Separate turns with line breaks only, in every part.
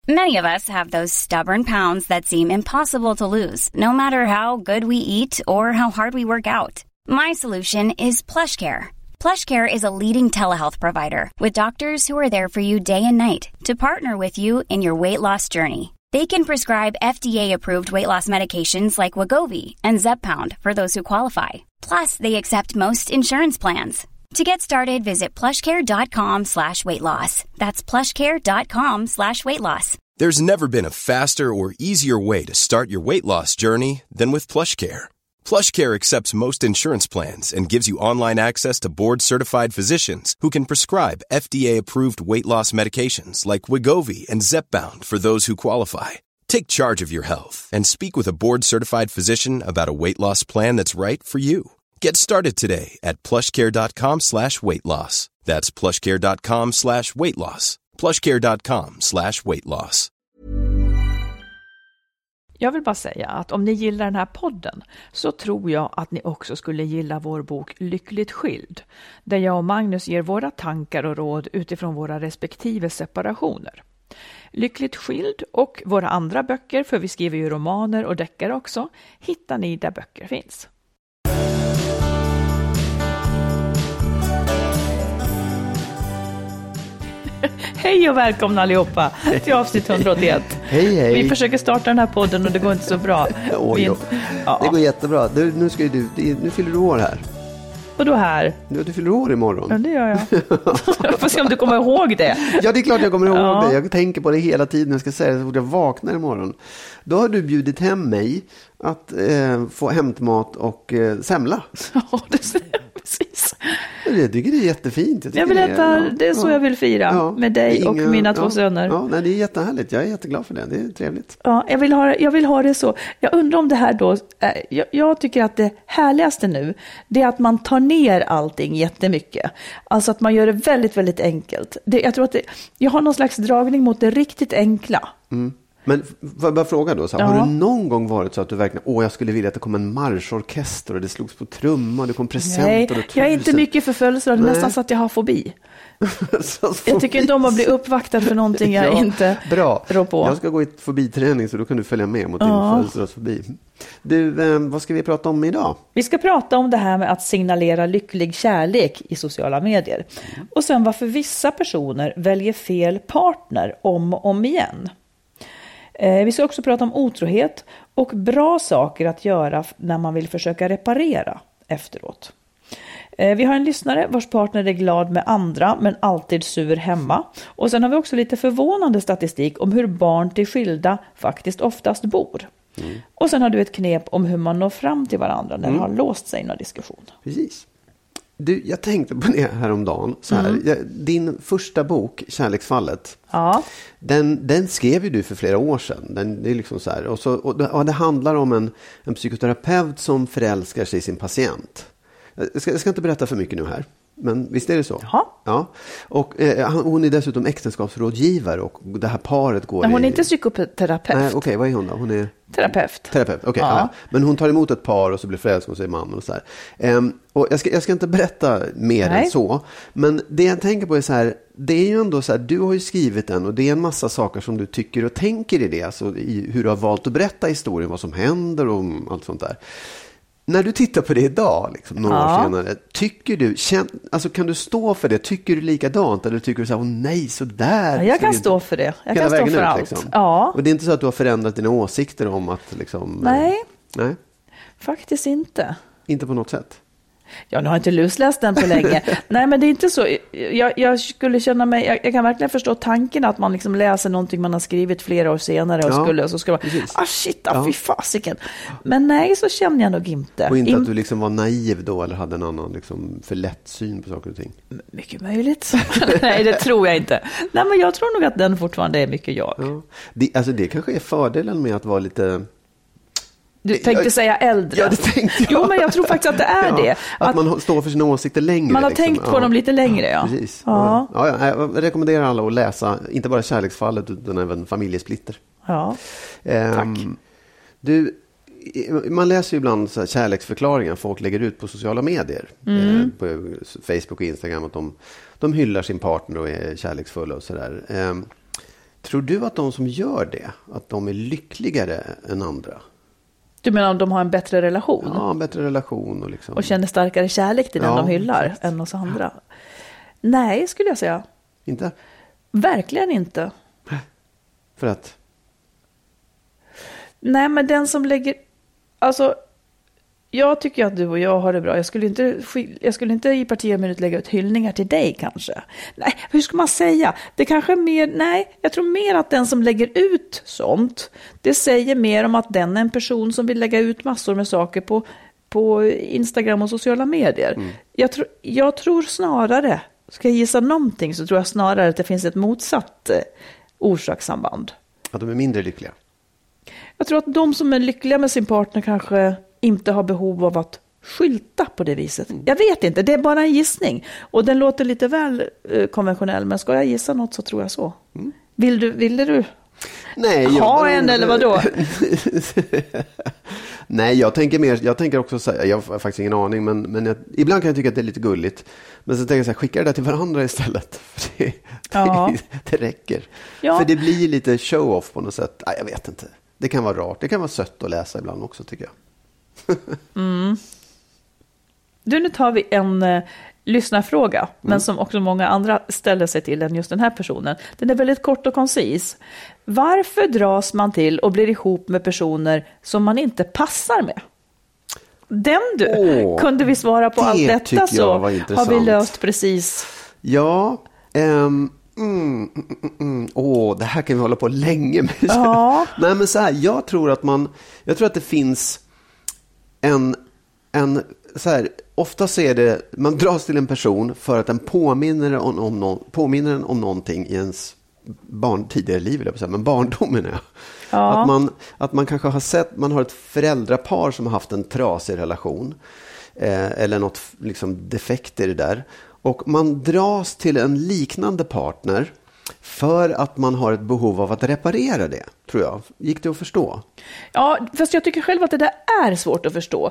Many of us have those stubborn pounds that seem impossible to lose, no matter how good we eat or how hard we work out. My solution is PlushCare. PlushCare is a leading telehealth provider with doctors who are there for you day and night to partner with you in your weight loss journey. They can prescribe FDA-approved weight loss medications like Wegovy and Zepbound for those who qualify. Plus, they accept most insurance plans. To get started, visit plushcare.com/weightloss. That's plushcare.com/weightloss.
There's never been a faster or easier way to start your weight loss journey than with PlushCare. PlushCare accepts most insurance plans and gives you online access to board-certified physicians who can prescribe FDA-approved weight loss medications like Wegovy and Zepbound for those who qualify. Take charge of your health and speak with a board-certified physician about a weight loss plan that's right for you. Get started today at plushcare.com/weightloss. That's plushcare.com/weightloss. plushcare.com/weightloss.
Jag vill bara säga att om ni gillar den här podden så tror jag att ni också skulle gilla vår bok Lyckligt skild, där jag och Magnus ger våra tankar och råd utifrån våra respektive separationer. Lyckligt skild och våra andra böcker, för vi skriver ju romaner och deckare också, hittar ni där böcker finns. Hej och välkomna allihopa till avsnitt 181.
Hej.
Vi försöker starta den här podden och det går inte så bra.
Det går jättebra. Nu fyller du år här.
Och då här?
Du fyller år imorgon.
Ja, det gör jag. Jag får se om du kommer ihåg det.
Ja, det är klart jag kommer ihåg det. Jag tänker på det hela tiden. Jag ska säga det så fort jag vaknar imorgon. Då har du bjudit hem mig att få hämtmat och semla.
Ja, precis.
Jag tycker det är jättefint.
Jag vill äta, det är så jag vill fira med dig och mina två söner.
Ja, nej, det är jättehärligt. Jag är jätteglad för det. Det är trevligt.
Ja, jag vill ha det så. Jag undrar om det här då, jag tycker att det härligaste nu, det är att man tar ner allting jättemycket. Alltså att man gör det väldigt, väldigt enkelt. Jag tror att jag har någon slags dragning mot det riktigt enkla.
Mm. Men får jag bara fråga då, har du någon gång varit så att du verkligen, jag skulle vilja att det kom en marschorkester och det slogs på trumma och det kom presenter?
Nej,
och tusen.
Jag är inte mycket för födelsedag, nästan så att jag har fobi. Jag tycker inte om att bli uppvaktad för någonting jag inte rår på.
Jag ska gå i fobiträning så då kan du följa med mot din födelsedagsfobi. Du, vad ska vi prata om idag? Vi
ska prata om det här med att signalera lycklig kärlek i sociala medier. Och sen varför vissa personer väljer fel partner om och om igen. Vi ska också prata om otrohet och bra saker att göra när man vill försöka reparera efteråt. Vi har en lyssnare vars partner är glad med andra men alltid sur hemma. Och sen har vi också lite förvånande statistik om hur barn till skilda faktiskt oftast bor. Och sen har du ett knep om hur man når fram till varandra när det har låst sig i någon diskussion.
Precis. Du, jag tänkte på det häromdagen. Så här, din första bok, Kärleksfallet, den skrev ju du för flera år sedan. Det är liksom så här, och det handlar om en psykoterapeut som förälskar sig i sin patient. Jag ska inte berätta för mycket nu här. Men visst är det så? Ja. Och hon är dessutom äktenskapsrådgivare och det här paret går...
Men hon är inte psykoterapeut.
Nej, okej, vad är hon då? Hon är...
Terapeut,
okej. Ja. Men hon tar emot ett par och så blir förälskad och säger mamma och så här. Och jag ska inte berätta mer än så. Men det jag tänker på är så här, det är ju ändå så här, du har ju skrivit den och det är en massa saker som du tycker och tänker i det. Alltså i hur du har valt att berätta historien, vad som händer och allt sånt där. När du tittar på det idag, liksom, några år senare, tycker du, kan du stå för det? Tycker du likadant? Eller tycker du så här, nej, så där?
Jag kan stå för det. Jag kan stå för allt.
Liksom. Ja. Och det är inte så att du har förändrat dina åsikter om att liksom...
Nej, faktiskt inte.
Inte på något sätt?
Ja, nu har jag inte lusläst den på länge. Nej, men det är inte så. Jag skulle känna mig... Jag kan verkligen förstå tanken att man liksom läser någonting man har skrivit flera år senare och så ska man... fy fasiken. Men nej, så känner jag nog inte.
Och inte att du liksom var naiv då eller hade en annan liksom för lätt syn på saker och ting?
Mycket möjligt. Nej, det tror jag inte. Nej, men jag tror nog att den fortfarande är mycket jag.
Ja. Det kanske är fördelen med att vara lite...
Du tänkte säga äldre.
Ja, det tänkte jag.
Jo, men jag tror faktiskt att det är det.
Att man står för sina åsikter längre.
Man har tänkt på dem lite längre,
Precis. Ja. Jag rekommenderar alla att läsa, inte bara Kärleksfallet utan även Familjesplitter.
Ja, tack.
Man läser ju ibland så här kärleksförklaringar folk lägger ut på sociala medier. På Facebook och Instagram att de hyllar sin partner och är kärleksfulla och sådär. Tror du att de som gör det, att de är lyckligare än andra?
Du menar om de har en bättre relation?
Ja, en bättre relation. Och, liksom...
och känner starkare kärlek till den de hyllar än hos andra? Nej, skulle jag säga.
Inte?
Verkligen inte.
För att?
Nej, men den som lägger... Alltså, jag tycker att du och jag har det bra. Jag skulle inte i parti och minut lägga ut hyllningar till dig kanske. Nej, hur ska man säga? Det kanske är mer... Nej, jag tror mer att den som lägger ut sånt, det säger mer om att den är en person som vill lägga ut massor med saker på Instagram och sociala medier. Mm. Jag tror snarare, ska jag gissa någonting, så tror jag snarare att det finns ett motsatt orsakssamband.
Att de är mindre lyckliga?
Jag tror att de som är lyckliga med sin partner kanske inte har behov av att skylta på det viset. Jag vet inte, det är bara en gissning. Och den låter lite väl konventionell, men ska jag gissa något så tror jag så. Mm. Ville du ha en eller vadå?
Nej, jag tänker också så här, jag har faktiskt ingen aning, men ibland kan jag tycka att det är lite gulligt. Men så tänker jag så här, skicka det där till varandra istället. För det räcker. Ja. För det blir lite show-off på något sätt. Nej, jag vet inte. Det kan vara rart. Det kan vara sött att läsa ibland också, tycker jag.
Nu tar vi en lyssnarfråga, men som också många andra ställer sig till än just den här personen. Den är väldigt kort och koncis. Varför dras man till och blir ihop med personer som man inte passar med? Kunde vi svara på allt detta så har vi löst precis.
Ja, det här kan vi hålla på länge med. Ja. Nej, men så här, jag tror att det finns en så här, ofta så är det, man dras till en person för att den påminner om någonting i ens tidigare liv, men barndomen är. Ja. Att man kanske har sett, man har ett föräldrapar som har haft en trasig relation eller något liksom defekt i det där, och man dras till en liknande partner för att man har ett behov av att reparera det, tror jag. Gick det att förstå?
Ja, fast jag tycker själv att det där är svårt att förstå.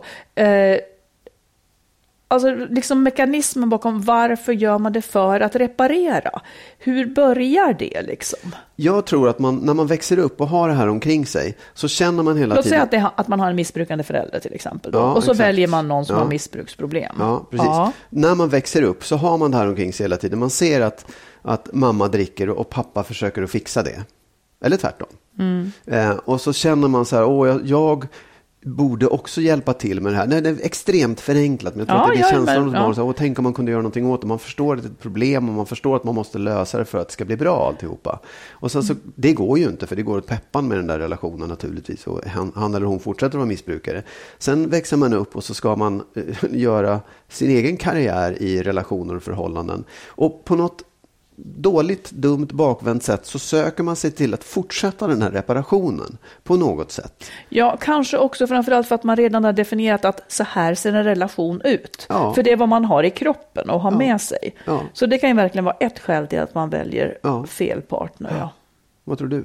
Alltså liksom mekanismen bakom varför gör man det för att reparera? Hur börjar det liksom?
Jag tror att när man växer upp och har det här omkring sig så känner man hela tiden...
Låt säga att man har en missbrukande förälder till exempel. Då. Ja, och så väljer man någon som har missbruksproblem.
Ja, precis. Ja. När man växer upp så har man det här omkring sig hela tiden. Man ser att mamma dricker och pappa försöker att fixa det. Eller tvärtom. Och så känner man så här, jag borde också hjälpa till med det här. Nej, det är extremt förenklat, men jag tror att det är känslan som tänk om man kunde göra någonting åt det. Man förstår att det är ett problem och man förstår att man måste lösa det för att det ska bli bra alltihopa. Och sen så, det går ju inte, för det går åt peppan med den där relationen naturligtvis. Och han eller hon fortsätter vara missbrukare. Sen växer man upp och så ska man göra sin egen karriär i relationer och förhållanden. Och på något dåligt, dumt, bakvänt sätt så söker man sig till att fortsätta den här reparationen på något sätt. Ja,
kanske också framförallt för att man redan har definierat att så här ser en relation ut. Ja. För det är vad man har i kroppen och har med sig. Ja. Så det kan ju verkligen vara ett skäl till att man väljer fel partner. Ja.
Vad tror du?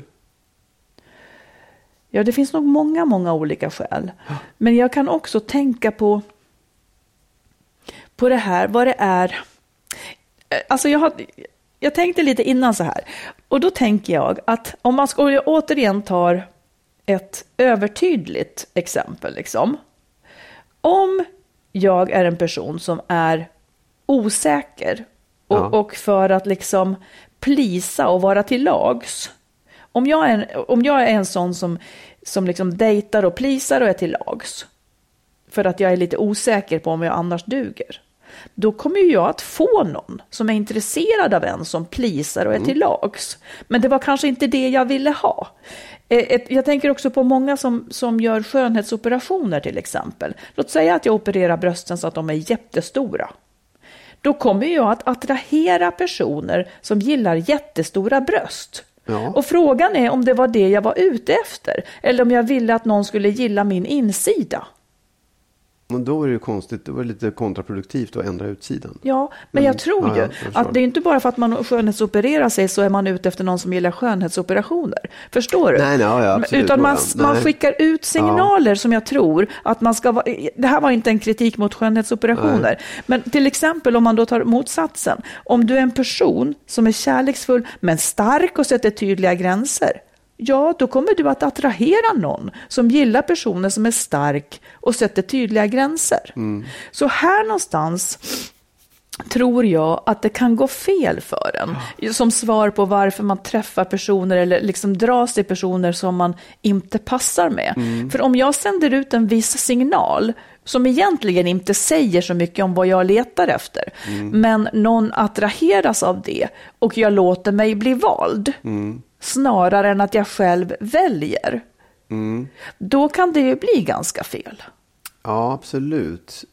Ja, det finns nog många olika skäl. Ja. Men jag kan också tänka på det här, vad det är. Alltså jag tänkte lite innan så här. Och då tänker jag att om man återigen tar ett övertydligt exempel. Liksom. Om jag är en person som är osäker och för att liksom plisa och vara till lags. Om jag är en sån som liksom dejtar och plisar och är till lags. För att jag är lite osäker på om jag annars duger. Då kommer ju jag att få någon som är intresserad av en som plisar och är till lags. Men det var kanske inte det jag ville ha. Jag tänker också på många som gör skönhetsoperationer till exempel. Låt säga att jag opererar brösten så att de är jättestora. Då kommer jag att attrahera personer som gillar jättestora bröst. Ja. Och frågan är om det var det jag var ute efter. Eller om jag ville att någon skulle gilla min insida.
Och då är det ju konstigt, det var lite kontraproduktivt att ändra utsidan.
Ja, men jag tror ju att det är inte bara för att man skönhetsopererar sig så är man ute efter någon som gillar skönhetsoperationer. Förstår du?
Nej, absolut.
Utan man skickar ut signaler som jag tror att man ska vara... Det här var inte en kritik mot skönhetsoperationer. Nej. Men till exempel om man då tar motsatsen. Om du är en person som är kärleksfull men stark och sätter tydliga gränser. Ja, då kommer du att attrahera någon som gillar personer som är stark och sätter tydliga gränser. Så här någonstans tror jag att det kan gå fel för en. Som svar på varför man träffar personer eller liksom dras till personer som man inte passar med. För om jag sänder ut en viss signal som egentligen inte säger så mycket om vad jag letar efter. Men någon attraheras av det och jag låter mig bli vald. Snarare än att jag själv väljer. Då kan det ju bli ganska fel.
Ja, absolut.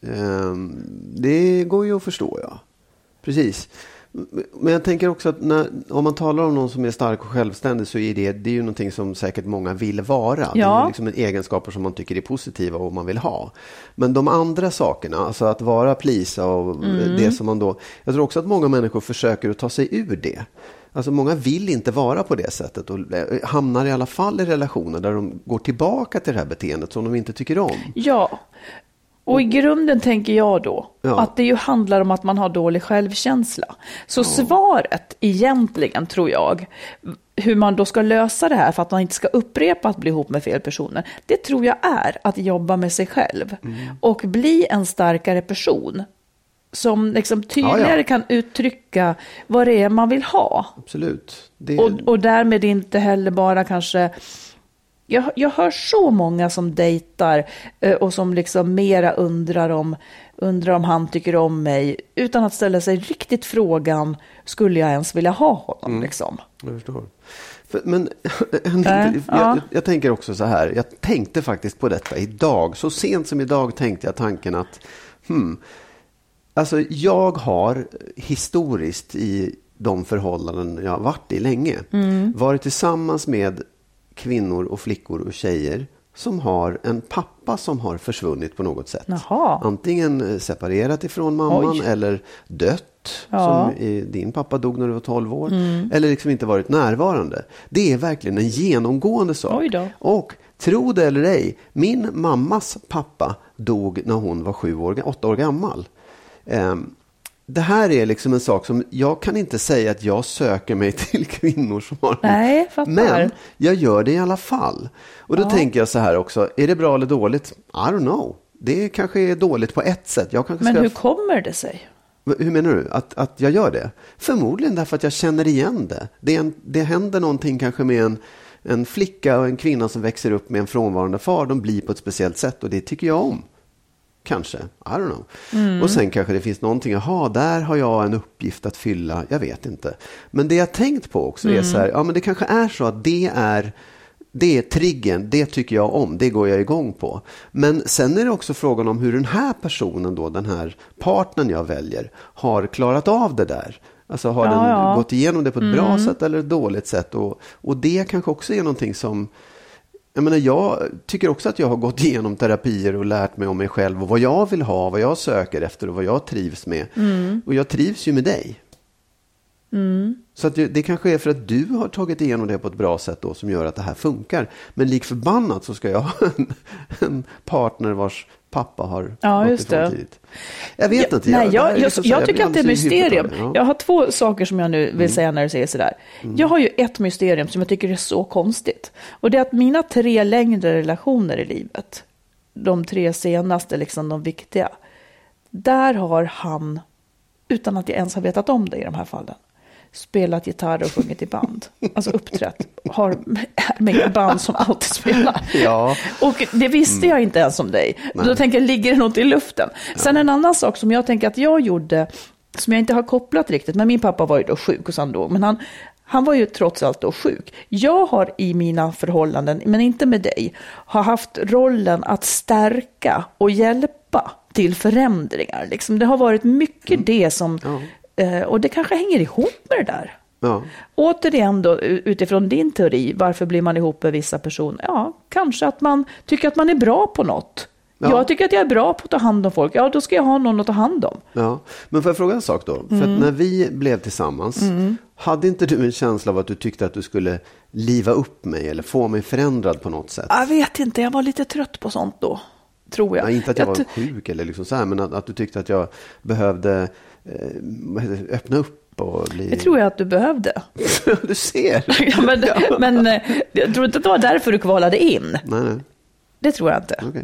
Det går ju att förstå, ja. Precis. Men jag tänker också att om man talar om någon som är stark och självständig så är det är ju någonting som säkert många vill vara. Ja. Det är ju liksom en egenskaper som man tycker är positiva och man vill ha. Men de andra sakerna, alltså att vara plisa och det som man då... Jag tror också att många människor försöker att ta sig ur det. Alltså många vill inte vara på det sättet och hamnar i alla fall i relationer där de går tillbaka till det här beteendet som de inte tycker om.
Ja, och i grunden tänker jag då att det ju handlar om att man har dålig självkänsla. Så svaret egentligen tror jag, hur man då ska lösa det här för att man inte ska upprepa att bli ihop med fel personer, det tror jag är att jobba med sig själv och bli en starkare person. Som liksom tydligare kan uttrycka vad det är man vill ha.
Absolut.
Och därmed inte heller bara kanske... Jag hör så många som dejtar och som liksom mera undrar om han tycker om mig utan att ställa sig riktigt frågan, skulle jag ens vilja ha honom? Liksom.
Jag förstår. Men jag tänker också så här, jag tänkte faktiskt på detta idag. Så sent som idag tänkte jag tanken att alltså jag har historiskt i de förhållanden jag har varit i länge varit tillsammans med kvinnor och flickor och tjejer som har en pappa som har försvunnit på något sätt.
Jaha.
Antingen separerat ifrån mamman eller dött. Som din pappa dog när du var 12 år. Eller liksom inte varit närvarande. Det är verkligen en genomgående sak. Och tro det eller ej, min mammas pappa dog när hon var 8 år gammal. Det här är liksom en sak som jag kan inte säga att jag söker mig till kvinnor som har...
Nej, fattar.
Men jag gör det i alla fall. Och då tänker jag så här också, är det bra eller dåligt? I don't know. Det kanske är dåligt på ett sätt.
Men hur kommer det sig?
Hur menar du? Att jag gör det? Förmodligen därför att jag känner igen det. Det händer någonting kanske med en flicka och en kvinna som växer upp med en frånvarande far. De blir på ett speciellt sätt och det tycker jag om. Kanske, I don't know. Och sen kanske det finns någonting, där har jag en uppgift att fylla, jag vet inte. Men det jag tänkt på också är så här, men det kanske är så att det är triggen, det tycker jag om, det går jag igång på. Men sen är det också frågan om hur den här personen då, den här partnern jag väljer, har klarat av det där. Alltså har den gått igenom det på ett bra sätt eller ett dåligt sätt. Och det kanske också är någonting som... Jag tycker också att jag har gått igenom terapier och lärt mig om mig själv och vad jag vill ha, vad jag söker efter och vad jag trivs med. Och jag trivs ju med dig. Så att det kanske är för att du har tagit igenom det på ett bra sätt då som gör att det här funkar. Men lik förbannat så ska jag ha en partner vars pappa har gått ifrån tidigt. Jag vet inte.
Jag tycker att det är mysterium. Jag har 2 saker som jag nu vill säga när du säger sådär. Jag har ju ett mysterium som jag tycker är så konstigt. Och det är att mina 3 längre relationer i livet, de 3 senaste, liksom de viktiga, där har han, utan att jag ens har vetat om det i de här fallen, spelat gitarr och sjungit i band. Alltså uppträtt. Har med band som alltid spelar. Och det visste jag inte ens om dig. Då tänker jag, ligger det något i luften? Sen en annan sak som jag tänker att jag gjorde, som jag inte har kopplat riktigt, men min pappa var ju då sjuk och han dog. Men han var ju trots allt då sjuk. Jag har i mina förhållanden, men inte med dig, har haft rollen att stärka och hjälpa till förändringar. Liksom. Det har varit mycket det som... Och det kanske hänger ihop med det där. Återigen då, utifrån din teori, varför blir man ihop med vissa personer? Ja, kanske att man tycker att man är bra på något.
Ja.
Jag tycker att jag är bra på att ta hand om folk. Ja, då ska jag ha någon att ta hand om.
Ja, men får jag fråga en sak då? För att när vi blev tillsammans, hade inte du en känsla av att du tyckte att du skulle liva upp mig eller få mig förändrad på något sätt?
Jag vet inte, jag var lite trött på sånt då, tror jag.
Ja, inte att jag var sjuk eller liksom så här, men att du tyckte att jag behövde öppna upp och bli...
Det tror jag att du behövde.
Du ser.
Ja, men jag tror inte att det var därför du kvalade in.
Nej.
Det tror jag inte.
Okay.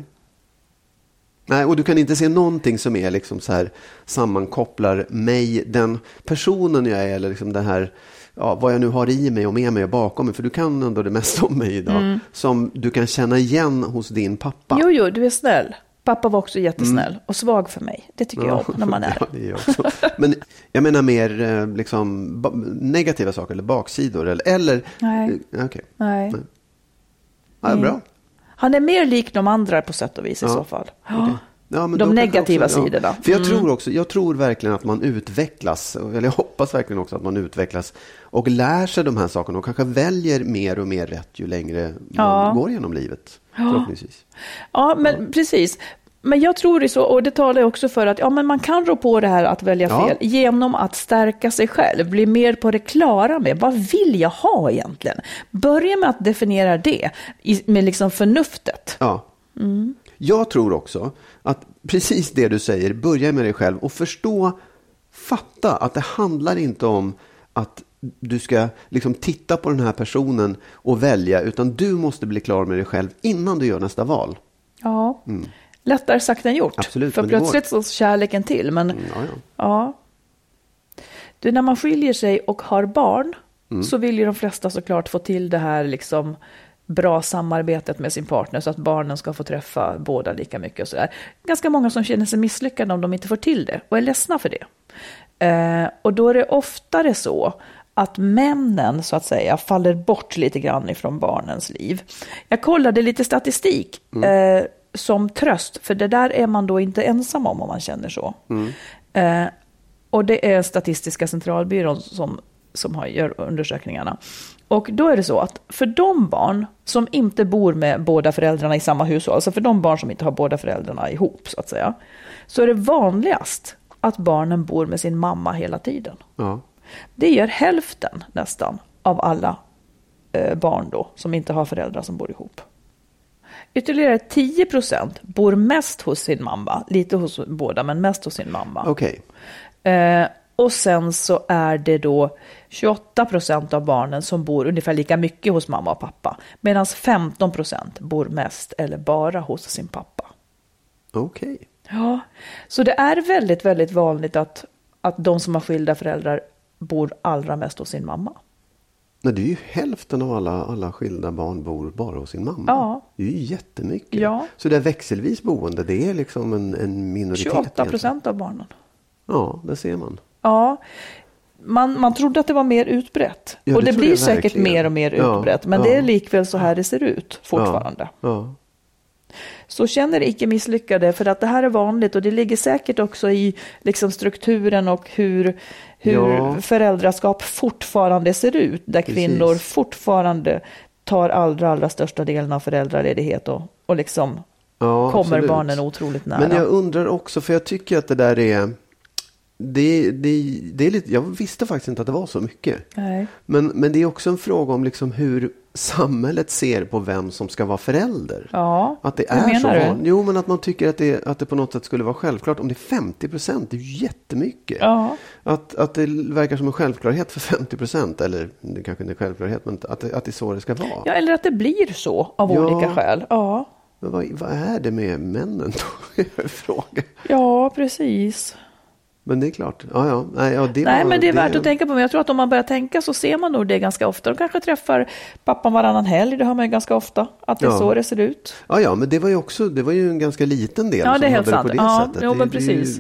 Nej, och du kan inte se någonting som är liksom så här sammankopplar mig, den personen jag är, eller liksom det här, ja, vad jag nu har i mig och med mig och bakom mig, för du kan ändå det mesta om mig idag, som du kan känna igen hos din pappa.
Jo, du är snäll. Pappa var också jättesnäll och svag för mig. Det tycker jag om när man är.
Ja, det är jag också. Men jag menar mer liksom negativa saker eller baksidor eller
Nej.
Okay.
Nej.
Ja, bra.
Han är mer lik de andra på sätt och vis i så fall.
Okay. Ja, men
de negativa sidorna.
För jag tror verkligen att man utvecklas, eller jag hoppas verkligen också att man utvecklas och lär sig de här sakerna och kanske väljer mer och mer rätt ju längre man går genom livet. Förhoppningsvis.
Ja, men precis. Men jag tror det så, och det talar också för att men man kan rå på det här att välja fel genom att stärka sig själv, bli mer på det klara med vad vill jag ha egentligen. Börja med att definiera det med liksom förnuftet.
Ja. Jag tror också att precis det du säger, börja med dig själv och fatta att det handlar inte om att du ska liksom titta på den här personen och välja, utan du måste bli klar med dig själv innan du gör nästa val.
Ja, lättare sagt än gjort.
Absolut,
för plötsligt så kärleken till. Men ja. Du, när man skiljer sig och har barn så vill ju de flesta såklart få till det här liksom bra samarbetet med sin partner så att barnen ska få träffa båda lika mycket och sådär. Ganska många som känner sig misslyckade om de inte får till det och är ledsna för det. Och då är det oftare så att männen så att säga faller bort lite grann ifrån barnens liv. Jag kollade lite statistik som tröst, för det där är man då inte ensam om man känner så. Och det är Statistiska centralbyrån som gör undersökningarna. Och då är det så att för de barn som inte bor med båda föräldrarna i samma hushåll, alltså för de barn som inte har båda föräldrarna ihop så att säga, så är det vanligast att barnen bor med sin mamma hela tiden. Ja. Det gör hälften nästan av alla barn då som inte har föräldrar som bor ihop. Ytterligare 10% bor mest hos sin mamma, lite hos båda men mest hos sin mamma.
Okej.
Och sen så är det då 28% av barnen som bor ungefär lika mycket hos mamma och pappa. Medan 15% bor mest eller bara hos sin pappa.
Okej.
Ja, så det är väldigt, väldigt vanligt att de som har skilda föräldrar bor allra mest hos sin mamma.
Nej, det är ju hälften av alla skilda barn bor bara hos sin mamma.
Ja.
Det är ju jättemycket.
Ja.
Så det är växelvis boende, det är liksom en minoritet.
28% av barnen.
Ja, det ser man.
Ja, man trodde att det var mer utbrett.
Ja,
och det blir säkert
verkligen
mer och mer utbrett. Men det är likväl så här det ser ut fortfarande.
Ja.
Så känner icke misslyckade, för att det här är vanligt. Och det ligger säkert också i liksom strukturen och hur föräldraskap fortfarande ser ut. Där kvinnor fortfarande tar allra största delen av föräldraledighet och liksom kommer absolut. Barnen otroligt nära.
Men jag undrar också, för jag tycker att det där är... Det är lite, jag visste faktiskt inte att det var så mycket. Nej. Men det är också en fråga om liksom hur samhället ser på vem som ska vara förälder.
Ja,
att det är så vanligt. Jo, men att man tycker att det på något sätt skulle vara självklart. Om det är 50%, det är ju jättemycket.
Ja.
Att det verkar som en självklarhet för 50%, eller det kanske inte är självklarhet, men att det är så det ska vara.
Ja, eller att det blir så av olika skäl. Ja.
Men vad är det med männen då? Fråga.
Ja, precis.
Men det är klart.
Men det är värt att tänka på. Men jag tror att om man börjar tänka så ser man nog det ganska ofta. De kanske träffar pappan varannan helg. Det hör man ju ganska ofta. Att det är så det ser ut.
Ja, men det var ju en ganska liten del.
Ja, det är helt sant.
På det sättet.
Ja, men precis.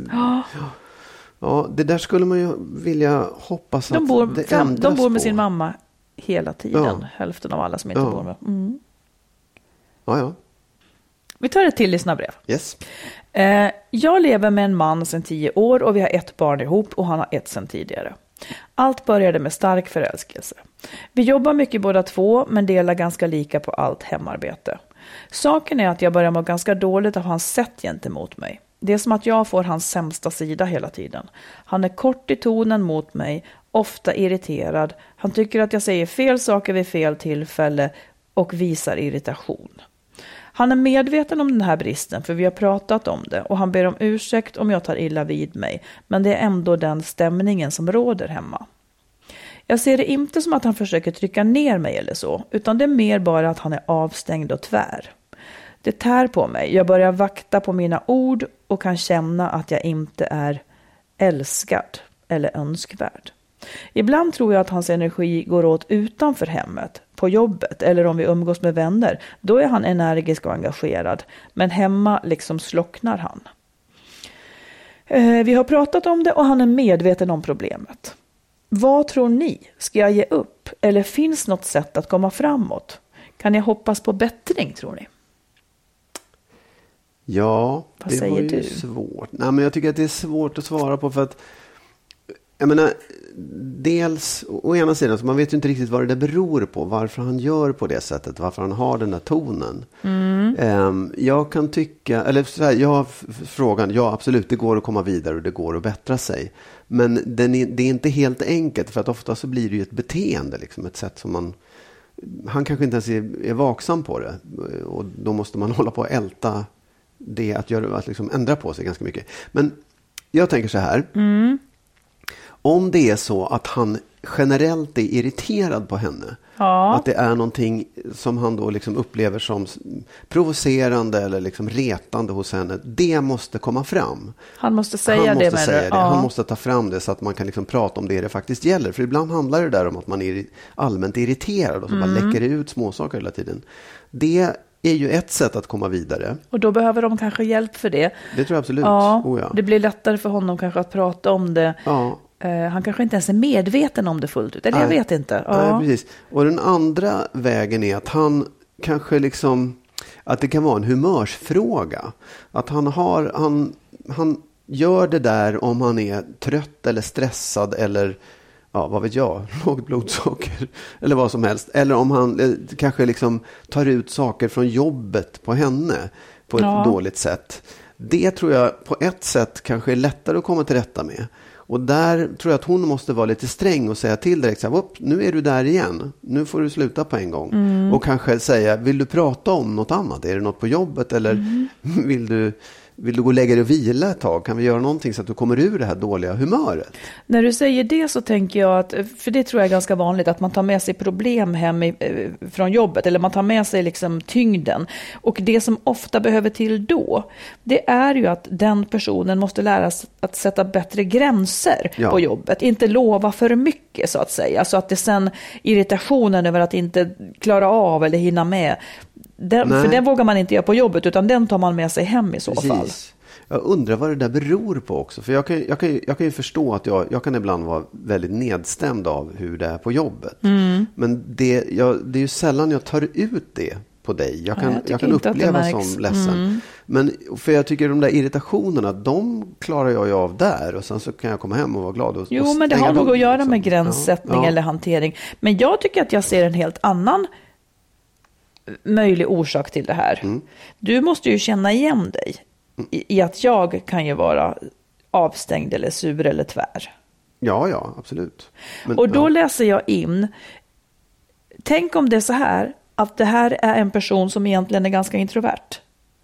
Ja, det där skulle man ju vilja hoppas att det ändras.
De bor med sin mamma hela tiden. Hälften av alla som inte bor med. Mm.
Ja.
Vi tar ett till lyssnarbrev.
Yes.
Jag lever med en man sedan 10 år och vi har 1 barn ihop och han har 1 sedan tidigare. Allt började med stark förälskelse. Vi jobbar mycket båda två men delar ganska lika på allt hemarbete. Saken är att jag börjar må ganska dåligt av hans sätt gentemot mig. Det är som att jag får hans sämsta sida hela tiden. Han är kort i tonen mot mig, ofta irriterad. Han tycker att jag säger fel saker vid fel tillfälle och visar irritation. Han är medveten om den här bristen för vi har pratat om det och han ber om ursäkt om jag tar illa vid mig. Men det är ändå den stämningen som råder hemma. Jag ser det inte som att han försöker trycka ner mig eller så, utan det är mer bara att han är avstängd och tvär. Det tär på mig. Jag börjar vakta på mina ord och kan känna att jag inte är älskad eller önskvärd. Ibland tror jag att hans energi går åt utanför hemmet, på jobbet eller om vi umgås med vänner. Då är han energisk och engagerad, men hemma liksom slocknar han. Vi har pratat om det och han är medveten om problemet. Vad tror ni? Ska jag ge upp? Eller finns något sätt att komma framåt? Kan jag hoppas på bättring, tror ni?
Ja,
vad
det
säger
var ju
du?
svårt. Nej, men jag tycker att det är svårt att svara på för att jag menar, dels å ena sidan så man vet ju inte riktigt vad det där beror på, varför han gör på det sättet, varför han har den där tonen. Jag kan tycka, eller så här, jag har frågan, ja absolut det går att komma vidare och det går att bättra sig. Men det är inte helt enkelt för att ofta så blir det ju ett beteende, liksom, ett sätt som han kanske inte ens är vaksam på det och då måste man hålla på att älta det att liksom ändra på sig ganska mycket. Men jag tänker så här. Om det är så att han generellt är irriterad på henne. Ja. Att det är någonting som han då liksom upplever som provocerande eller liksom retande hos henne. Det måste komma fram.
Han måste säga det. Ja.
Han måste ta fram det så att man kan liksom prata om det faktiskt gäller. För ibland handlar det där om att man är allmänt irriterad och så bara läcker det ut småsaker hela tiden. Det är ju ett sätt att komma vidare. Och då behöver de kanske hjälp för det. Det tror jag absolut.
Ja, det blir lättare för honom kanske att prata om det.
Ja.
Han kanske inte ens är medveten om det fullt ut. Eller jag vet inte.
Ja. Nej, precis. Och den andra vägen är att han kanske liksom, att det kan vara en humörsfråga. Att han gör det där om han är trött eller stressad eller vad vet jag, lågt blodsocker eller vad som helst. Eller om han kanske liksom tar ut saker från jobbet på henne på ett dåligt sätt. Det tror jag på ett sätt kanske är lättare att komma till rätta med. Och där tror jag att hon måste vara lite sträng och säga till direkt så här, nu är du där igen. Nu får du sluta på en gång. Och kanske säga, vill du prata om något annat? Är det något på jobbet eller vill du gå och lägga dig och vila ett tag? Kan vi göra någonting så att du kommer ur det här dåliga humöret?
När du säger det så tänker jag att, för det tror jag är ganska vanligt, att man tar med sig problem hem från jobbet. Eller man tar med sig liksom tyngden. Och det som ofta behöver till då, det är ju att den personen måste lära sig att sätta bättre gränser på jobbet. Inte lova för mycket så att säga. Så att det sen irritationen över att inte klara av eller hinna med. För den vågar man inte göra på jobbet utan den tar man med sig hem i så fall.
Jag undrar vad det där beror på också. För jag kan ju förstå att jag kan ibland vara väldigt nedstämd av hur det är på jobbet. Men det är ju sällan jag tar ut det på dig. Jag kan uppleva som ledsen. Men för jag tycker de där irritationerna, de klarar jag ju av där. Och sen så kan jag komma hem och vara glad.
Men det har nog att göra med gränssättning eller hantering. Men jag tycker att jag ser en helt annan möjlig orsak till det här. Du måste ju känna igen dig i att jag kan ju vara avstängd eller sur eller tvär.
Ja, absolut.
Och då läser jag in, tänk om det är så här att det här är en person som egentligen är ganska introvert.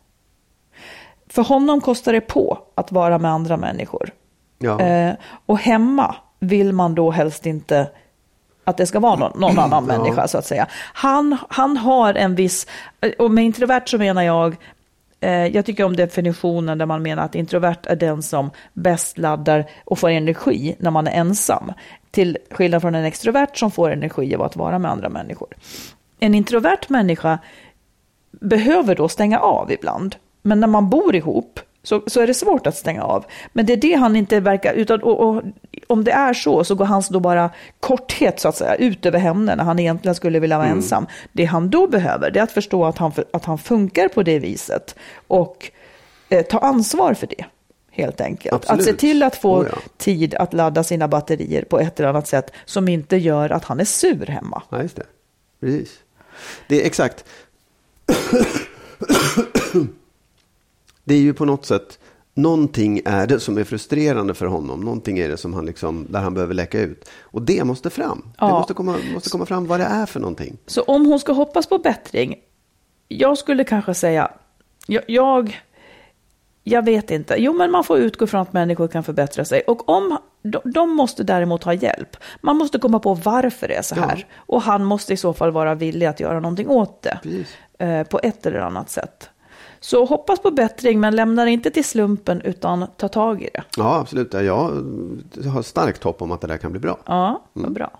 För honom kostar det på att vara med andra människor. Och hemma vill man då helst inte att det ska vara någon annan människa så att säga. Han har en viss, och med introvert så menar jag tycker om definitionen där man menar att introvert är den som bäst laddar och får energi när man är ensam. Till skillnad från en extrovert som får energi av att vara med andra människor. En introvert människa behöver då stänga av ibland. Men när man bor ihop så är det svårt att stänga av. Men det är det han inte verkar, utan och om det är så går hans då bara korthet så att säga ut över henne när han egentligen skulle vilja vara ensam. Det han då behöver det är att förstå att han funkar på det viset och ta ansvar för det helt enkelt. Absolut. Att se till att få tid att ladda sina batterier på ett eller annat sätt som inte gör att han är sur hemma.
Ja, just det. Precis. Det är exakt. det är ju på något sätt, någonting är det som är frustrerande för honom. Någonting är det som han liksom, där han behöver läcka ut. Och det måste fram. Ja. Det måste komma fram vad det är för någonting.
Så om hon ska hoppas på bättring, jag skulle kanske säga, jag vet inte. Jo, men man får utgå från att människor kan förbättra sig. Och om de måste däremot ha hjälp. Man måste komma på varför det är så här. Ja. Och han måste i så fall vara villig att göra någonting åt det. På ett eller annat sätt. Så hoppas på bättring, men lämnar inte till slumpen utan ta tag i det.
Ja, absolut. Jag har starkt hopp om att det där kan bli bra.
Ja, vad bra.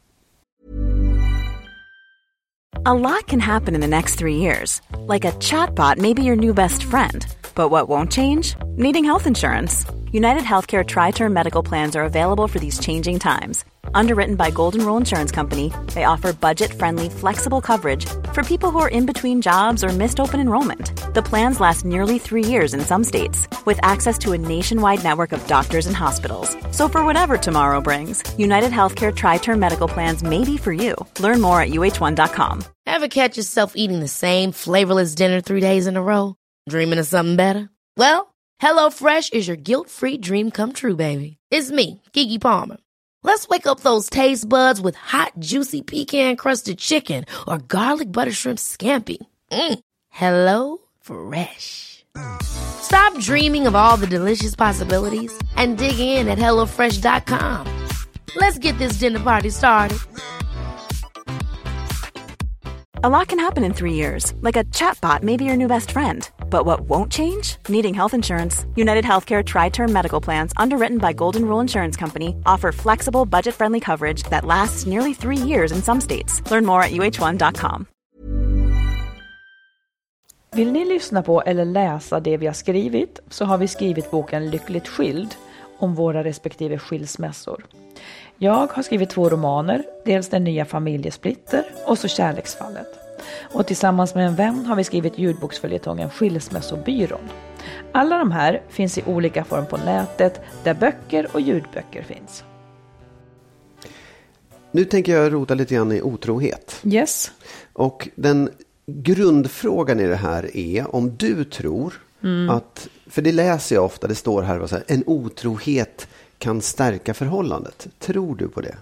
A lot can happen in the next 3 years. Like a chatbot may be your new best friend. But what won't change? Needing health insurance. United Healthcare Tri-Term Medical Plans are available for these changing times. Underwritten by Golden Rule Insurance Company, they offer budget-friendly, flexible coverage for people who are in between jobs or missed open enrollment. The plans last nearly 3 years in some states, with access to a nationwide network of doctors and hospitals. So for whatever tomorrow brings, United Healthcare Tri-Term Medical Plans may be for you. Learn more at uh1.com.
Ever catch yourself eating the same flavorless dinner 3 days in a row? Dreaming of something better? Well, HelloFresh is your guilt-free dream come true, baby. It's me, Keke Palmer. Let's wake up those taste buds with hot, juicy pecan-crusted chicken or garlic butter shrimp scampi. Hello Fresh. Stop dreaming of all the delicious possibilities and dig in at HelloFresh.com. Let's get this dinner party started.
A lot can happen in 3 years, like a chatbot may be your new best friend. But what won't change? Needing health insurance. United Healthcare Tri-Term Medical Plans, underwritten by Golden Rule Insurance Company, offer flexible, budget-friendly coverage that lasts nearly 3 years in some states. Learn more at uh1.com.
Vill ni lyssna på eller läsa det vi har skrivit, så har vi skrivit boken Lyckligt skild om våra respektive skilsmässor. Jag har skrivit 2 romaner, dels Den nya familjesplitter och så Kärleksfallet. Och tillsammans med en vän har vi skrivit ljudboksföljetongen Skilsmässobyrån. Alla de här finns i olika form på nätet, där böcker och ljudböcker finns.
Nu tänker jag rota lite grann i otrohet.
Yes.
Och den grundfrågan i det här är om du tror att, för det läser jag ofta, det står här, så här, en otrohet kan stärka förhållandet. Tror du på det?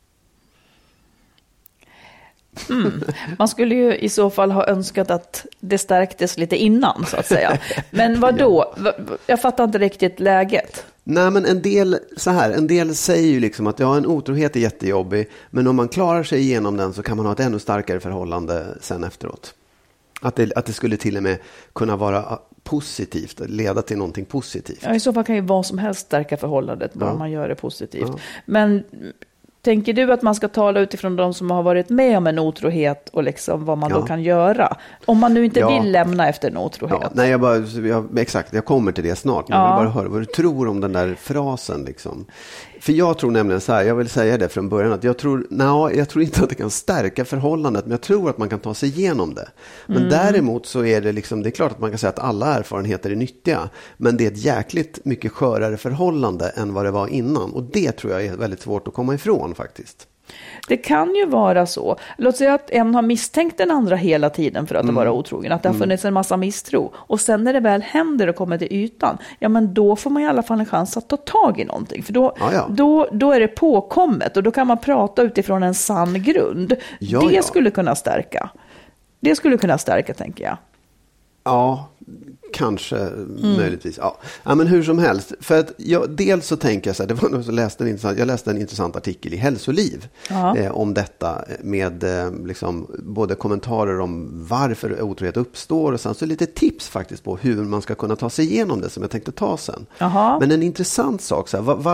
Man skulle ju i så fall ha önskat att det stärktes lite innan, så att säga. Men vad då? Jag fattar inte riktigt läget.
Nej, men en del säger ju liksom att en otrohet är jättejobbig, men om man klarar sig igenom den så kan man ha ett ännu starkare förhållande sen efteråt. Att det skulle till och med kunna vara positivt, leda till någonting positivt. Ja,
i så fall kan ju vad som helst stärka förhållandet, bara man gör det positivt. Ja. Men tänker du att man ska tala utifrån de som har varit med om en otrohet och liksom vad man då kan göra? Om man nu inte vill lämna efter en otrohet. Ja.
Nej, exakt, jag kommer till det snart. Men jag vill bara höra vad du tror om den där frasen. Liksom. För jag tror nämligen så här, jag vill säga det från början, att jag tror inte att det kan stärka förhållandet, men jag tror att man kan ta sig igenom det. Men däremot så är det liksom, det är klart att man kan säga att alla erfarenheter är nyttiga, men det är ett jäkligt mycket skörare förhållande än vad det var innan. Och det tror jag är väldigt svårt att komma ifrån faktiskt.
Det kan ju vara så. Låt säga att en har misstänkt den andra hela tiden för att vara otrogen. Att det har funnits en massa misstro. Och sen när det väl händer och kommer till ytan, ja men då får man i alla fall en chans att ta tag i någonting. För då är det påkommet och då kan man prata utifrån en sann grund. Det skulle kunna stärka. Det skulle kunna stärka, tänker jag. Ja,
kanske, möjligtvis. Ja, men hur som helst. För att dels så tänker jag så här, det var någon som jag läste en intressant artikel i Hälsoliv om detta med liksom, både kommentarer om varför otrohet uppstår och sen så lite tips faktiskt på hur man ska kunna ta sig igenom det som jag tänkte ta sen. Men en intressant sak,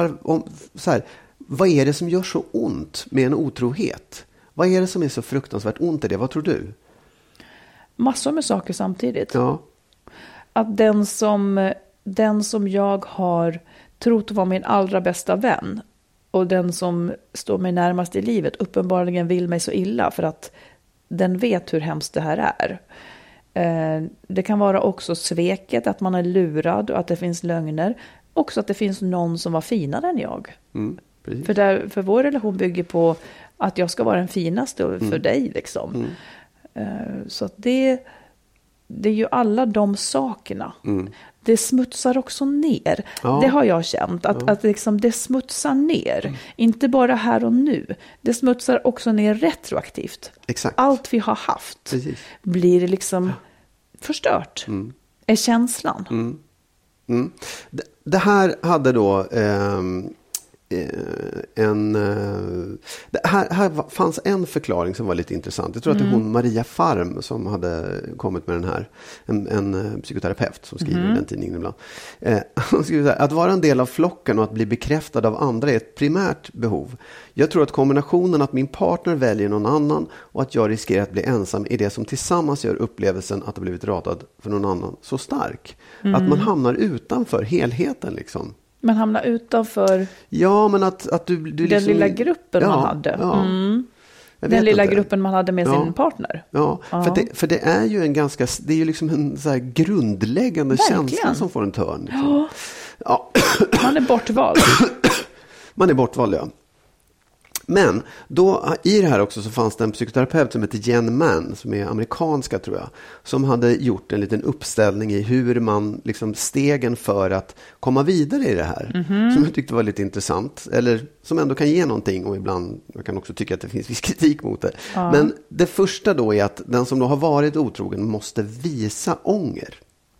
vad är det som gör så ont med en otrohet? Vad är det som är så fruktansvärt ont i det? Vad tror du?
Massor med saker samtidigt. Ja. Att den som jag har trott vara min allra bästa vän och den som står mig närmast i livet uppenbarligen vill mig så illa för att den vet hur hemskt det här är. Det kan vara också sveket, att man är lurad och att det finns lögner. Också att det finns någon som var finare än jag. För vår relation bygger på att jag ska vara den finaste för dig liksom. Så att det är ju alla de sakerna. Det smutsar också ner.
Ja.
Det har jag känt. Att liksom det smutsar ner. Inte bara här och nu. Det smutsar också ner retroaktivt.
Exakt.
Allt vi har haft blir liksom förstört. Är känslan.
Det här hade då här fanns en förklaring som var lite intressant. Jag tror att det är hon Maria Farm som hade kommit med den här. En psykoterapeut som skriver i den tidningen ibland. Hon skriver så här, att vara en del av flocken och att bli bekräftad av andra är ett primärt behov. Jag tror att kombinationen att min partner väljer någon annan och att jag riskerar att bli ensam är det som tillsammans gör upplevelsen att ha blivit ratad för någon annan så stark. Att man hamnar utanför helheten liksom.
Man hamnar utanför
men att du
den
liksom,
lilla gruppen man hade.
Ja.
Den lilla gruppen man hade med sin partner.
Ja, för det är ju en ganska, det är ju liksom en så här grundläggande känsla som får en törn. Liksom. Ja.
Man är bortvald.
Man är bortvald, ja. Men då i det här också så fanns det en psykoterapeut som heter Jen Mann, som är amerikanska tror jag, som hade gjort en liten uppställning i hur man liksom stegen för att komma vidare i det här, som jag tyckte var lite intressant, eller som ändå kan ge någonting, och ibland jag kan också tycka att det finns viss kritik mot det. Men det första då är att den som då har varit otrogen måste visa ånger.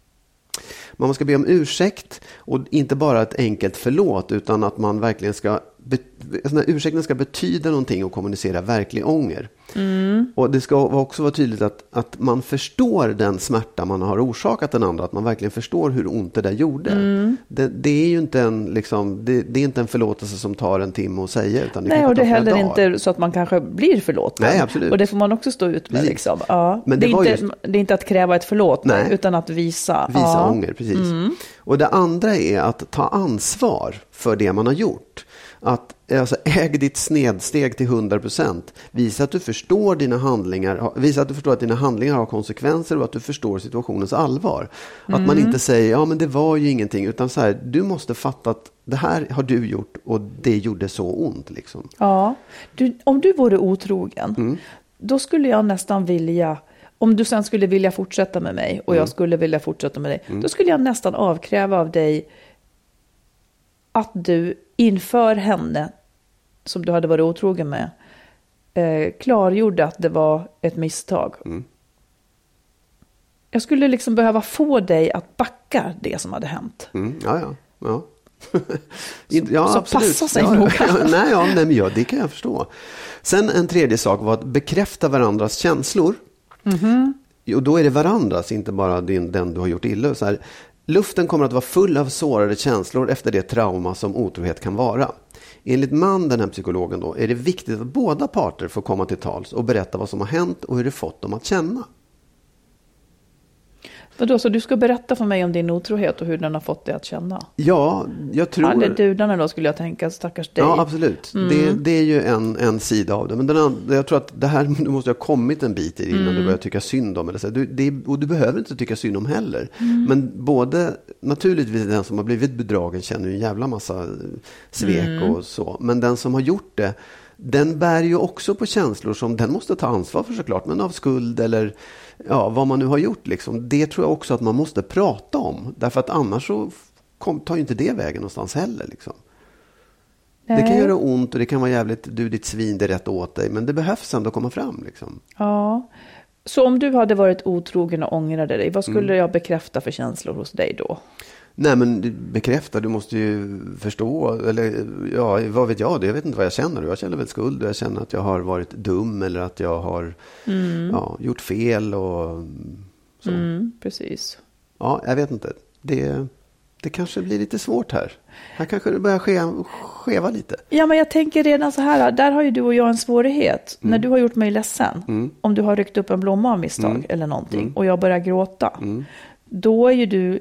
Man ska be om ursäkt, och inte bara ett enkelt förlåt, utan att man verkligen ska ursäkten ska betyda någonting och kommunicera verklig ånger. Och det ska också vara tydligt att man förstår den smärta man har orsakat den andra, att man verkligen förstår hur ont det där gjorde. Det är ju inte en liksom, det är inte en förlåtelse som tar en timme att säga, utan
nej, och det är heller inte så att man kanske blir förlåten.
Nej, absolut.
Och det får man också stå ut med liksom. Ja.
Men
det är inte att kräva ett förlåt, utan att visa
ånger, precis. Och det andra är att ta ansvar för det man har gjort. Att äg ditt snedsteg till 100%. Visa att du förstår dina handlingar. Visa att du förstår att dina handlingar har konsekvenser och att du förstår situationens allvar. Att man inte säger, men det var ju ingenting. Utan så här, du måste fatta att det här har du gjort och det gjorde så ont. Liksom.
Ja, om du vore otrogen, då skulle jag nästan vilja... Om du sen skulle vilja fortsätta med mig och jag skulle vilja fortsätta med dig, då skulle jag nästan avkräva av dig att du inför henne som du hade varit otrogen med klargjorde att det var ett misstag. Jag skulle liksom behöva få dig att backa det som hade hänt.
Ja.
Så passa sig noga.
Nej, det kan jag förstå. Sen en tredje sak var att bekräfta varandras känslor. Och då är det varandras, inte bara den du har gjort illa. Så här, luften kommer att vara full av sårade känslor efter det trauma som otrohet kan vara. Enligt Mann, den här psykologen då, är det viktigt att båda parter får komma till tals och berätta vad som har hänt och hur det fått dem att känna.
Vadå, så du ska berätta för mig om din otrohet och hur den har fått dig att känna?
Ja, jag tror...
Eller dudarna då, skulle jag tänka, stackars dig.
Ja, absolut. Det är ju en sida av det. Men jag tror att det här, du måste ha kommit en bit innan du börjar tycka synd om. Eller så. Och du behöver inte tycka synd om heller. Men både, naturligtvis den som har blivit bedragen känner ju en jävla massa svek och så. Men den som har gjort det, den bär ju också på känslor som den måste ta ansvar för såklart. Men av skuld eller vad man nu har gjort. Liksom. Det tror jag också att man måste prata om. Därför att annars så tar ju inte det vägen någonstans heller. Liksom. Det kan göra ont och det kan vara jävligt, ditt svin, det är rätt åt dig. Men det behövs ändå komma fram. Liksom.
Ja, så om du hade varit otrogen och ångrade dig, vad skulle jag bekräfta för känslor hos dig då?
Nej, men bekräfta, du måste ju förstå, eller vad vet jag, jag vet inte vad jag känner. Jag känner väl skuld och jag känner att jag har varit dum eller att jag har gjort fel och så.
Precis.
Ja, jag vet inte. Det kanske blir lite svårt här. Här kanske det börjar skeva lite.
Ja, men jag tänker redan så här, där har ju du och jag en svårighet. När du har gjort mig ledsen, om du har ryckt upp en blomma av misstag eller någonting och jag börjar gråta, då är ju du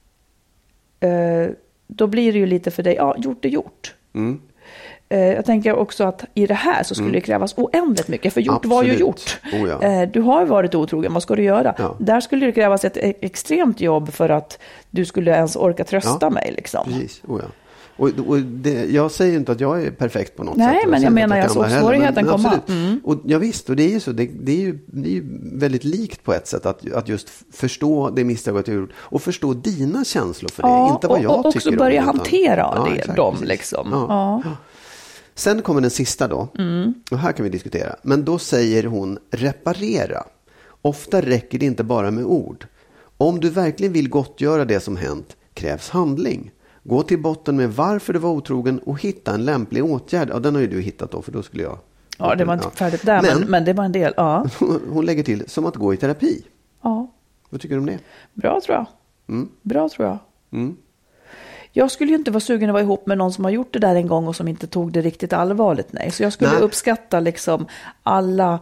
då blir det ju lite för dig, gjort är gjort. Jag tänker också att i det här så skulle det krävas oändligt mycket, för gjort absolut. Var ju gjort. Du har varit otrogen, vad ska du göra? Ja. Där skulle det krävas ett extremt jobb för att du skulle ens orka trösta mig. Liksom.
Precis. Och jag säger inte att jag är perfekt på något sätt.
Nej, men jag menar jag såg svårigheten komma.
Och ja, visst, och det är ju så. Det är ju väldigt likt på ett sätt att just förstå det misstaget jag gjort och förstå dina känslor för det. Inte vad jag tycker om.
Och också börja hantera dem
precis.
liksom.
Ja. Sen kommer den sista då. Och här kan vi diskutera. Men då säger hon reparera. Ofta räcker det inte bara med ord. Om du verkligen vill gottgöra det som hänt krävs handling. Gå till botten med varför du var otrogen och hitta en lämplig åtgärd. Ja, den har ju du hittat då, för då skulle jag...
Ja, det var inte färdigt där, men det var en del. Ja.
Hon lägger till, som att gå i terapi.
Ja.
Vad tycker du om det?
Bra tror jag. Bra tror jag.
Mm.
Jag skulle ju inte vara sugen att vara ihop med någon som har gjort det där en gång och som inte tog det riktigt allvarligt. Nej. Så jag skulle uppskatta liksom alla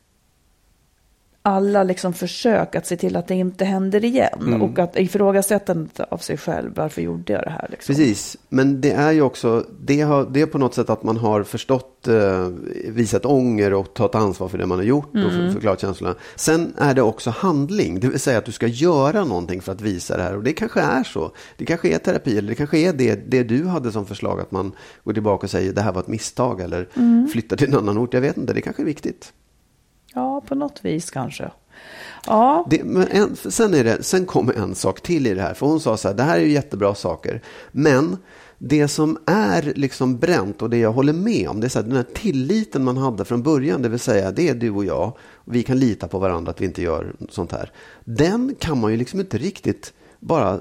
liksom försök att se till att det inte händer igen. Och att ifrågasättandet av sig själv. Varför gjorde jag det här? Liksom.
Precis, men det är ju också, det är på något sätt att man har förstått, visat ånger och tagit ansvar för det man har gjort och förklarat känslorna. Sen är det också handling, det vill säga att du ska göra någonting för att visa det här. Och det kanske är så. Det kanske är terapi, eller det kanske är det du hade som förslag, att man går tillbaka och säger det här var ett misstag eller flyttar till en annan ort. Jag vet inte, det kanske är viktigt.
Ja, på något vis kanske. Ja.
Sen kommer en sak till i det här. För hon sa så här, det här är ju jättebra saker. Men det som är liksom bränt och det jag håller med om, det är så här, den här tilliten man hade från början, det vill säga det är du och jag, och vi kan lita på varandra att vi inte gör sånt här. Den kan man ju liksom inte riktigt bara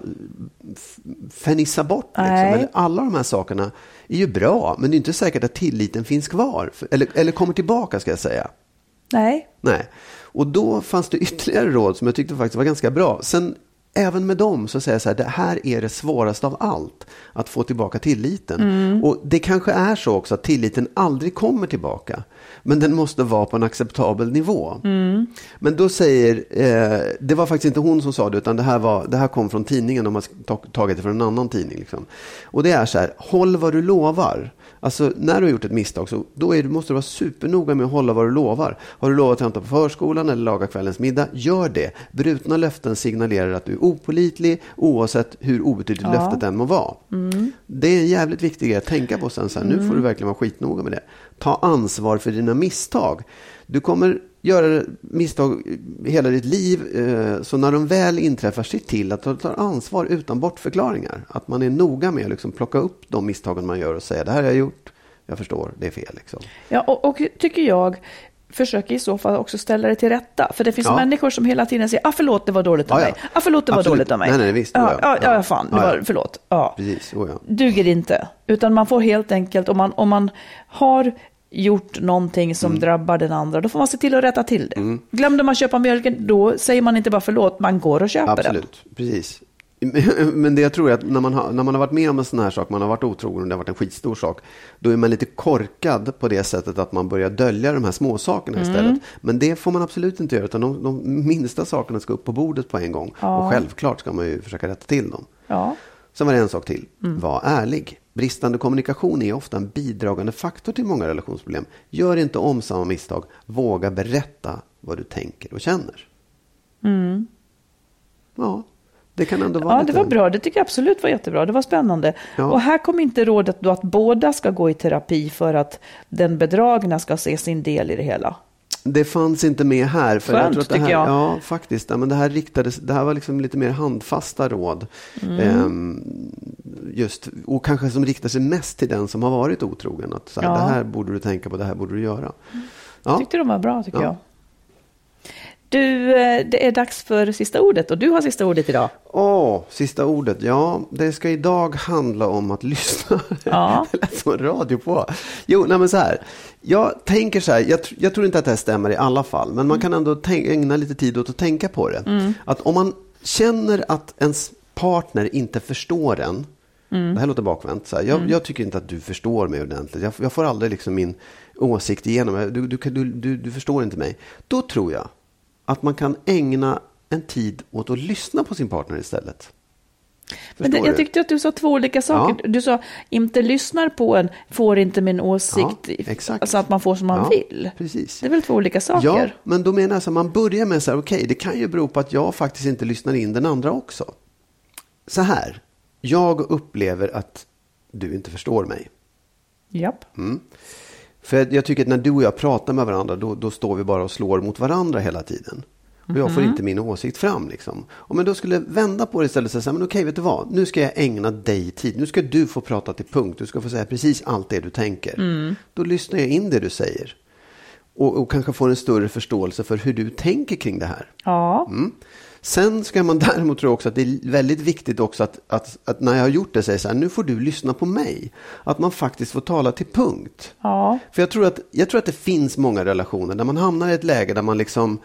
fernissa bort. Liksom. Alla de här sakerna är ju bra, men det är inte säkert att tilliten finns kvar. Eller kommer tillbaka, ska jag säga.
Nej.
Och då fanns det ytterligare råd som jag tyckte faktiskt var ganska bra. Sen även med dem så säger jag så här, det här är det svåraste av allt, att få tillbaka tilliten. Och det kanske är så också att tilliten aldrig kommer tillbaka, men den måste vara på en acceptabel nivå. Men då säger, det var faktiskt inte hon som sa det, utan det här kom från tidningen, de har tagit det från en annan tidning liksom. Och det är så här, håll vad du lovar. Alltså när du har gjort ett misstag så måste du vara supernoga med att hålla vad du lovar. Har du lovat att hämta på förskolan eller laga kvällens middag, gör det. Brutna löften signalerar att du är opålitlig, oavsett hur obetydligt löftet än må vara. Det är en jävligt viktig grej att tänka på sen. Så här, nu får du verkligen vara skitnoga med det. Ta ansvar för dina misstag. Du kommer göra misstag hela ditt liv, så när de väl inträffar, se till att du tar ansvar utan bortförklaringar. Att man är noga med att liksom plocka upp de misstagen man gör och säga, det här har jag gjort, jag förstår, det är fel. Liksom. Ja,
och tycker jag, försöker i så fall också ställa det till rätta. För det finns människor som hela tiden säger, förlåt, det var dåligt av mig. Förlåt, det var dåligt av mig.
Nej, visst.
Fan, det var, förlåt. Ja.
Precis,
Duger inte. Utan man får helt enkelt, om man har gjort någonting som drabbar den andra, då får man se till att rätta till det. Glömde man köpa mjölken, då säger man inte bara förlåt, man går och köper den.
Absolut, precis. Men det jag tror är att när man har varit med om en sån här sak, man har varit otrogen och det har varit en skitstor sak, då är man lite korkad på det sättet att man börjar dölja de här små sakerna istället. Men det får man absolut inte göra, utan de minsta sakerna ska upp på bordet på en gång. Och självklart ska man ju försöka rätta till dem. Sen var det en sak till. Var ärlig. Bristande kommunikation är ofta en bidragande faktor till många relationsproblem. Gör inte om samma misstag. Våga berätta vad du tänker och känner. Ja, det kan ändå vara
det var bra. Det tycker jag absolut var jättebra. Det var spännande. Ja. Och här kom inte rådet då att båda ska gå i terapi för att den bedragna ska se sin del i det hela.
Det fanns inte med här. För
skönt,
jag tror att det här,
tycker jag.
Ja, faktiskt. Men det här var liksom lite mer handfasta råd. Och kanske som riktar sig mest till den som har varit otrogen. Att så här, det här borde du tänka på, det här borde du göra. Ja.
Jag tyckte de var bra, tycker jag. Du, det är dags för sista ordet och du har sista ordet idag.
Sista ordet. Ja, det ska idag handla om att lyssna.
Ja.
Det lät som radio på. Men så här. Jag tänker så här, jag tror inte att det här stämmer i alla fall, men man kan ändå ägna lite tid åt att tänka på det. Att om man känner att ens partner inte förstår en, det här låter bakvänt, så här, jag tycker inte att du förstår mig ordentligt. Jag får aldrig liksom min åsikt igenom. Du förstår inte mig. Då tror jag att man kan ägna en tid åt att lyssna på sin partner istället.
Men jag tyckte att du sa två olika saker. Ja. Du sa, inte lyssnar på en, får inte min åsikt, så att man får som man vill.
Precis.
Det är väl två olika saker.
Ja, men då menar jag så här, man börjar med så här, okej, det kan ju bero på att jag faktiskt inte lyssnar in den andra också. Så här, jag upplever att du inte förstår mig.
Japp.
För jag tycker att när du och jag pratar med varandra, då står vi bara och slår mot varandra hela tiden. Och jag får inte min åsikt fram liksom. Om jag då skulle vända på det istället och säga, men okej, vet du vad? Nu ska jag ägna dig tid. Nu ska du få prata till punkt. Du ska få säga precis allt det du tänker. Då lyssnar jag in det du säger. Och kanske får en större förståelse för hur du tänker kring det här.
Ja.
Sen ska man däremot tro också att det är väldigt viktigt också att när jag har gjort det säger så här, nu får du lyssna på mig. Att man faktiskt får tala till punkt.
Ja.
För jag tror att det finns många relationer där man hamnar i ett läge där man liksom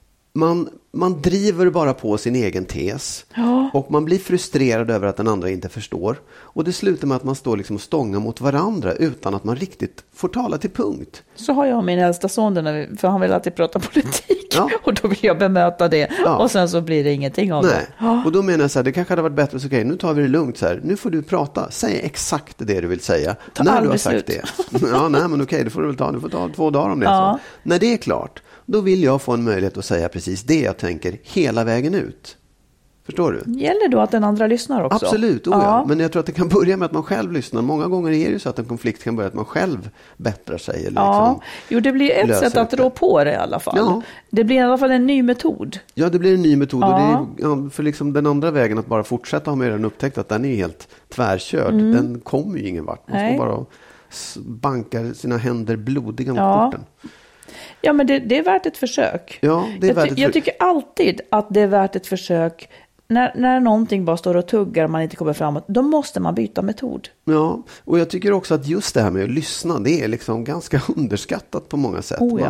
man driver bara på sin egen tes.
Ja.
Och man blir frustrerad över att den andra inte förstår. Och det slutar med att man står liksom och stångar mot varandra utan att man riktigt får tala till punkt.
Så har jag min äldsta son, för han vill alltid prata politik.
Ja.
Och då vill jag bemöta det. Ja. Och sen så blir det ingenting av det.
Ja. Och då menar jag så här, det kanske hade varit bättre så okej, nu tar vi det lugnt så här. Nu får du prata. Säg exakt det du vill säga. När du har sagt det. Ja, nej men okej, det får du väl ta. Du får ta 2 dagar om det.
Ja.
Så. När det är klart, då vill jag få en möjlighet att säga precis det jag tänker hela vägen ut. Förstår du?
Gäller då att den andra lyssnar också?
Absolut, ja. Men jag tror att det kan börja med att man själv lyssnar. Många gånger är det ju så att en konflikt kan börja att man själv bättrar sig. Eller liksom
jo, det blir ett sätt att rå på det i alla fall.
Ja.
Det blir i alla fall en ny metod.
Ja, det blir en ny metod. Och det är, för liksom den andra vägen att bara fortsätta har man redan upptäckt att den är helt tvärkörd. Den kommer ju ingen vart. Man står bara och bankar sina händer blodiga mot porten.
Ja, men det är värt ett försök.
Ja, det är värt ett försök.
Jag tycker alltid att det är värt ett försök. När någonting bara står och tuggar och man inte kommer framåt, då måste man byta metod.
Ja, och jag tycker också att just det här med att lyssna, det är liksom ganska underskattat på många sätt.
Oh, ja.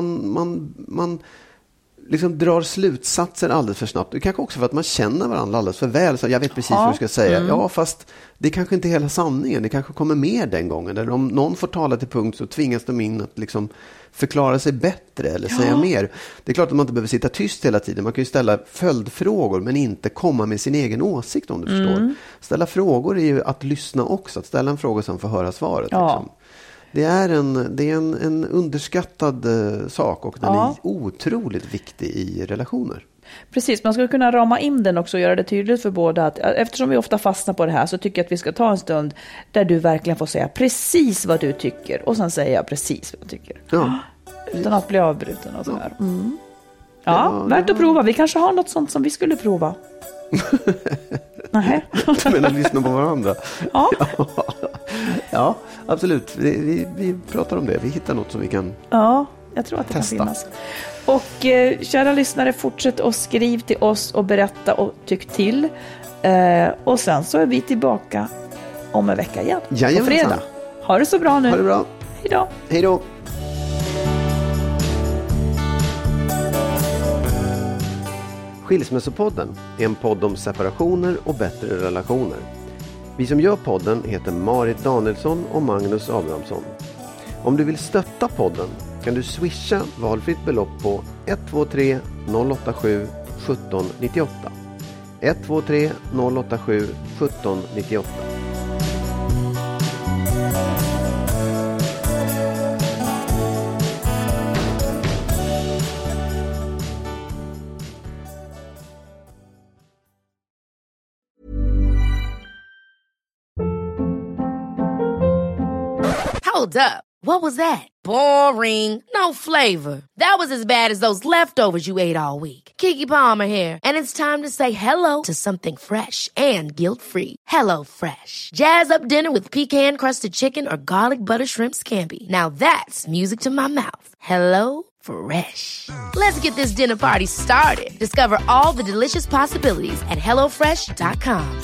Man liksom drar slutsatser alldeles för snabbt. Det kanske också för att man känner varandra alldeles för väl. Så jag vet precis vad du ska säga. Ja, fast det kanske inte är hela sanningen. Det kanske kommer mer den gången. Eller om någon får tala till punkt så tvingas de in att liksom förklara sig bättre eller säga mer. Det är klart att man inte behöver sitta tyst hela tiden. Man kan ju ställa följdfrågor men inte komma med sin egen åsikt om du förstår. Ställa frågor är ju att lyssna också. Att ställa en fråga som får höra svaret.
Ja.
Liksom. Det är en underskattad sak och den är otroligt viktig i relationer.
Precis, man skulle kunna rama in den också och göra det tydligt för båda att eftersom vi ofta fastnar på det här så tycker jag att vi ska ta en stund där du verkligen får säga precis vad du tycker och sen säger jag precis vad jag tycker. Ja. Utan att bli avbruten och så här. Ja, värt att prova. Vi kanske har något sånt som vi skulle prova. Nej.
Du menar lyssna på varandra?
Ja.
Ja, absolut. Vi pratar om det. Vi hittar något som vi kan
Ja, jag tror att det
testa.
kan finnas. Och kära lyssnare, fortsätt och skriv till oss och berätta och tyck till. Och sen så är vi tillbaka om en vecka igen. På fredag. Ha det så bra nu.
Ha det bra.
Hej då.
Hej då. Skilsmässopodden är en podd om separationer och bättre relationer. Vi som gör podden heter Marit Danielsson och Magnus Abrahamsson. Om du vill stötta podden kan du swisha valfritt belopp på 123 087 1798. 123 087 1798.
Hold up. What was that? Boring. No flavor. That was as bad as those leftovers you ate all week. Keke Palmer here. And it's time to say hello to something fresh and guilt-free. Hello Fresh. Jazz up dinner with pecan-crusted chicken or garlic butter shrimp scampi. Now that's music to my mouth. Hello Fresh. Let's get this dinner party started. Discover all the delicious possibilities at hellofresh.com.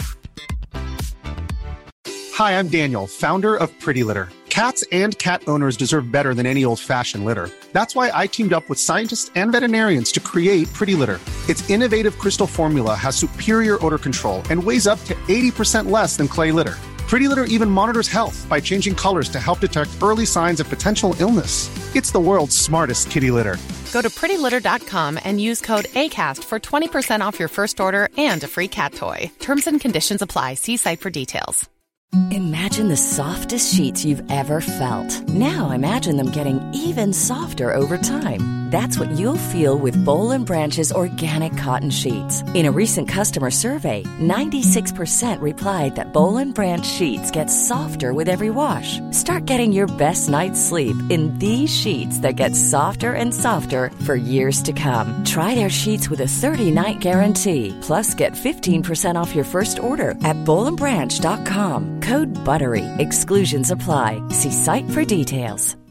Hi, I'm Daniel, founder of Pretty Litter. Cats and cat owners deserve better than any old-fashioned litter. That's why I teamed up with scientists and veterinarians to create Pretty Litter. Its innovative crystal formula has superior odor control and weighs up to 80% less than clay litter. Pretty Litter even monitors health by changing colors to help detect early signs of potential illness. It's the world's smartest kitty litter.
Go to prettylitter.com and use code ACAST for 20% off your first order and a free cat toy. Terms and conditions apply. See site for details.
Imagine the softest sheets you've ever felt. Now imagine them getting even softer over time. That's what you'll feel with Boll & Branch's organic cotton sheets. In a recent customer survey, 96% replied that Boll & Branch sheets get softer with every wash. Start getting your best night's sleep in these sheets that get softer and softer for years to come. Try their sheets with a 30-night guarantee. Plus, get 15% off your first order at BollandBranch.com. Code BUTTERY. Exclusions apply. See site for details.